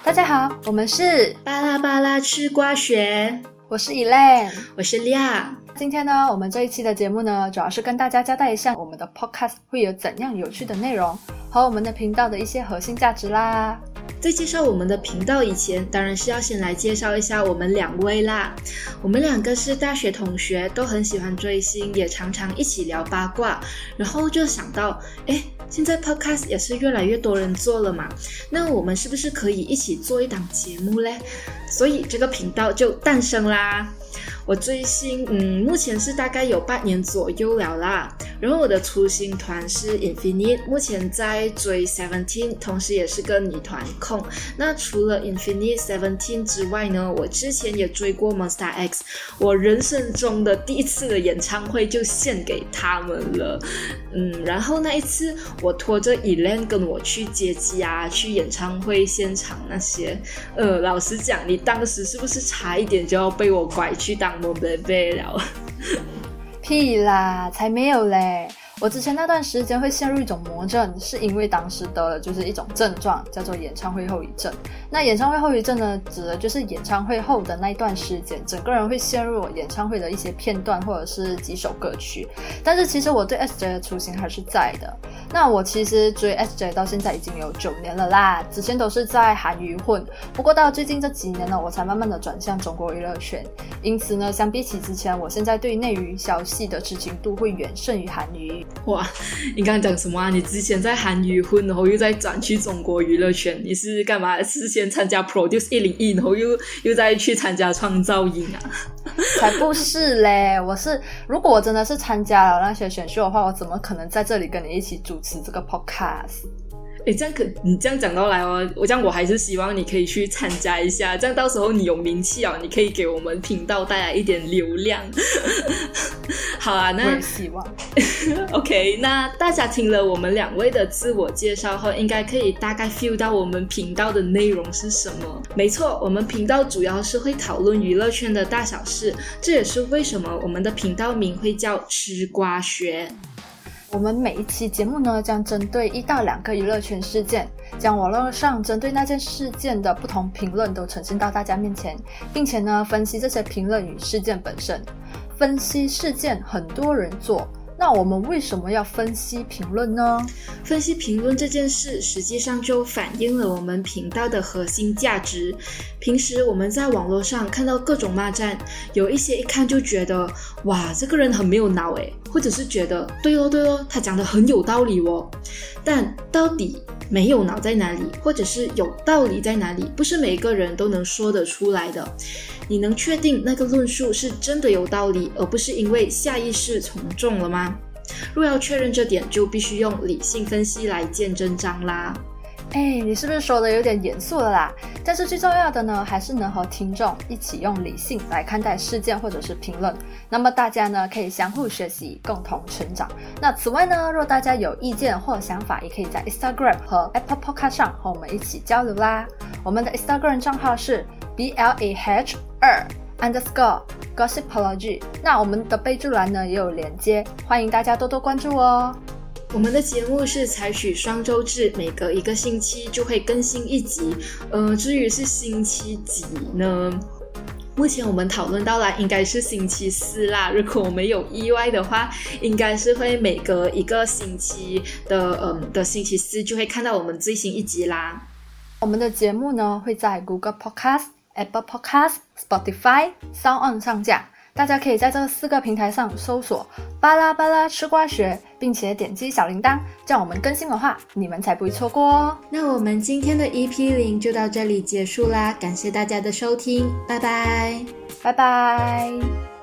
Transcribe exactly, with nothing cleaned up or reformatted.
大家好，我们是巴拉巴拉吃瓜学， 我是 Elaine， 我是 Lia。 今天呢，我们这一期的节目呢，主要是跟大家交代一下我们的 podcast 会有怎样有趣的内容和我们的频道的一些核心价值啦。 在介绍我们的频道以前，当然是要先来介绍一下我们两位啦。我们两个是大学同学，都很喜欢追星，也常常一起聊八卦，然后就想到，诶，现在 podcast 也是越来越多人做了嘛，那我们是不是可以一起做一档节目嘞？所以这个频道就诞生啦。我追星，嗯，目前是大概有八年左右了啦。然后我的初心团是 Infinite， 目前在追 Seventeen， 同时也是个女团控。那除了 Infinite、Seventeen 之外呢，我之前也追过 Monsta X， 我人生中的第一次的演唱会就献给他们了。嗯，然后那一次我拖着 Elaine 跟我去接机啊，去演唱会现场那些，呃，老实讲，你当时是不是差一点就要被我拐去当mon bébé了？ 屁啦，才没有嘞！我之前那段时间会陷入一种魔症，是因为当时得了就是一种症状，叫做演唱会后遗症。那演唱会后遗症呢，指的就是演唱会后的那一段时间，整个人会陷入演唱会的一些片段或者是几首歌曲。但是其实我对 S J 的初心还是在的。那我其实追 S J 到现在已经有九年了啦，之前都是在韩娱混，不过到最近这几年呢，我才慢慢的转向中国娱乐圈。因此呢，相比起之前，我现在对内娱消息的知情度会远胜于韩娱。 哇，你刚刚讲什么啊？你之前在韩娱混，然后又再转去中国娱乐圈，你是干嘛？是先参加 Produce 一零一，然后又又再去参加创造营啊？ 才不是嘞！我是如果我真的是参加了那些选秀的话，我怎么可能在这里跟你一起主持这个 podcast？ 诶，这样可你这样讲到来哦，我这样我还是希望你可以去参加一下，这样到时候你有名气哦，你可以给我们频道带来一点流量。好啊，那我也希望。 OK， 那大家听了我们两位的自我介绍后，应该可以大概 feel 到我们频道的内容是什么。没错，我们频道主要是会讨论娱乐圈的大小事，这也是为什么我们的频道名会叫吃瓜学。 我们每一期节目呢，将针对一到两个娱乐圈事件，将网络上针对那件事件的不同评论都呈现到大家面前，并且呢，分析这些评论与事件本身。分析事件很多人做，那我们为什么要分析评论呢？ 分析评论这件事实际上就反映了我们频道的核心价值。平时我们在网络上看到各种骂战，有一些一看就觉得哇，这个人很没有脑诶，或者是觉得对哦对哦，他讲得很有道理哦。但到底没有脑在哪里，或者是有道理在哪里，不是每个人都能说得出来的。你能确定那个论述是真的有道理，而不是因为下意识从众了吗？若要确认这点，就必须用理性分析来见真章啦。 哎，你是不是说的有点严肃了啦？但是最重要的呢，还是能和听众一起用理性来看待事件或者是评论。那么大家呢，可以相互学习，共同成长。那此外呢，若大家有意见或想法，也可以在 Instagram 和 Apple Podcast 上和我们一起交流啦。我们的 Instagram 账号是 B L A H 二 underscore gossipology， 那我们的备注栏呢也有连接，欢迎大家多多关注哦。 我们的节目是采取双周制，每隔一个星期就会更新一集。呃，至于是星期几呢？目前我们讨论到了应该是星期四啦，如果我们有意外的话，应该是会每隔一个星期的嗯的星期四就会看到我们最新一集啦。 我们的节目呢会在 Google Podcast、Apple Podcast、Spotify、SoundOn 上架。大家可以在这四个平台上搜索巴拉巴拉吃瓜学，并且点击小铃铛，这样我们更新的话你们才不会错过哦。 那我们今天的 E P 零 就到这里结束啦，感谢大家的收听，拜拜拜拜。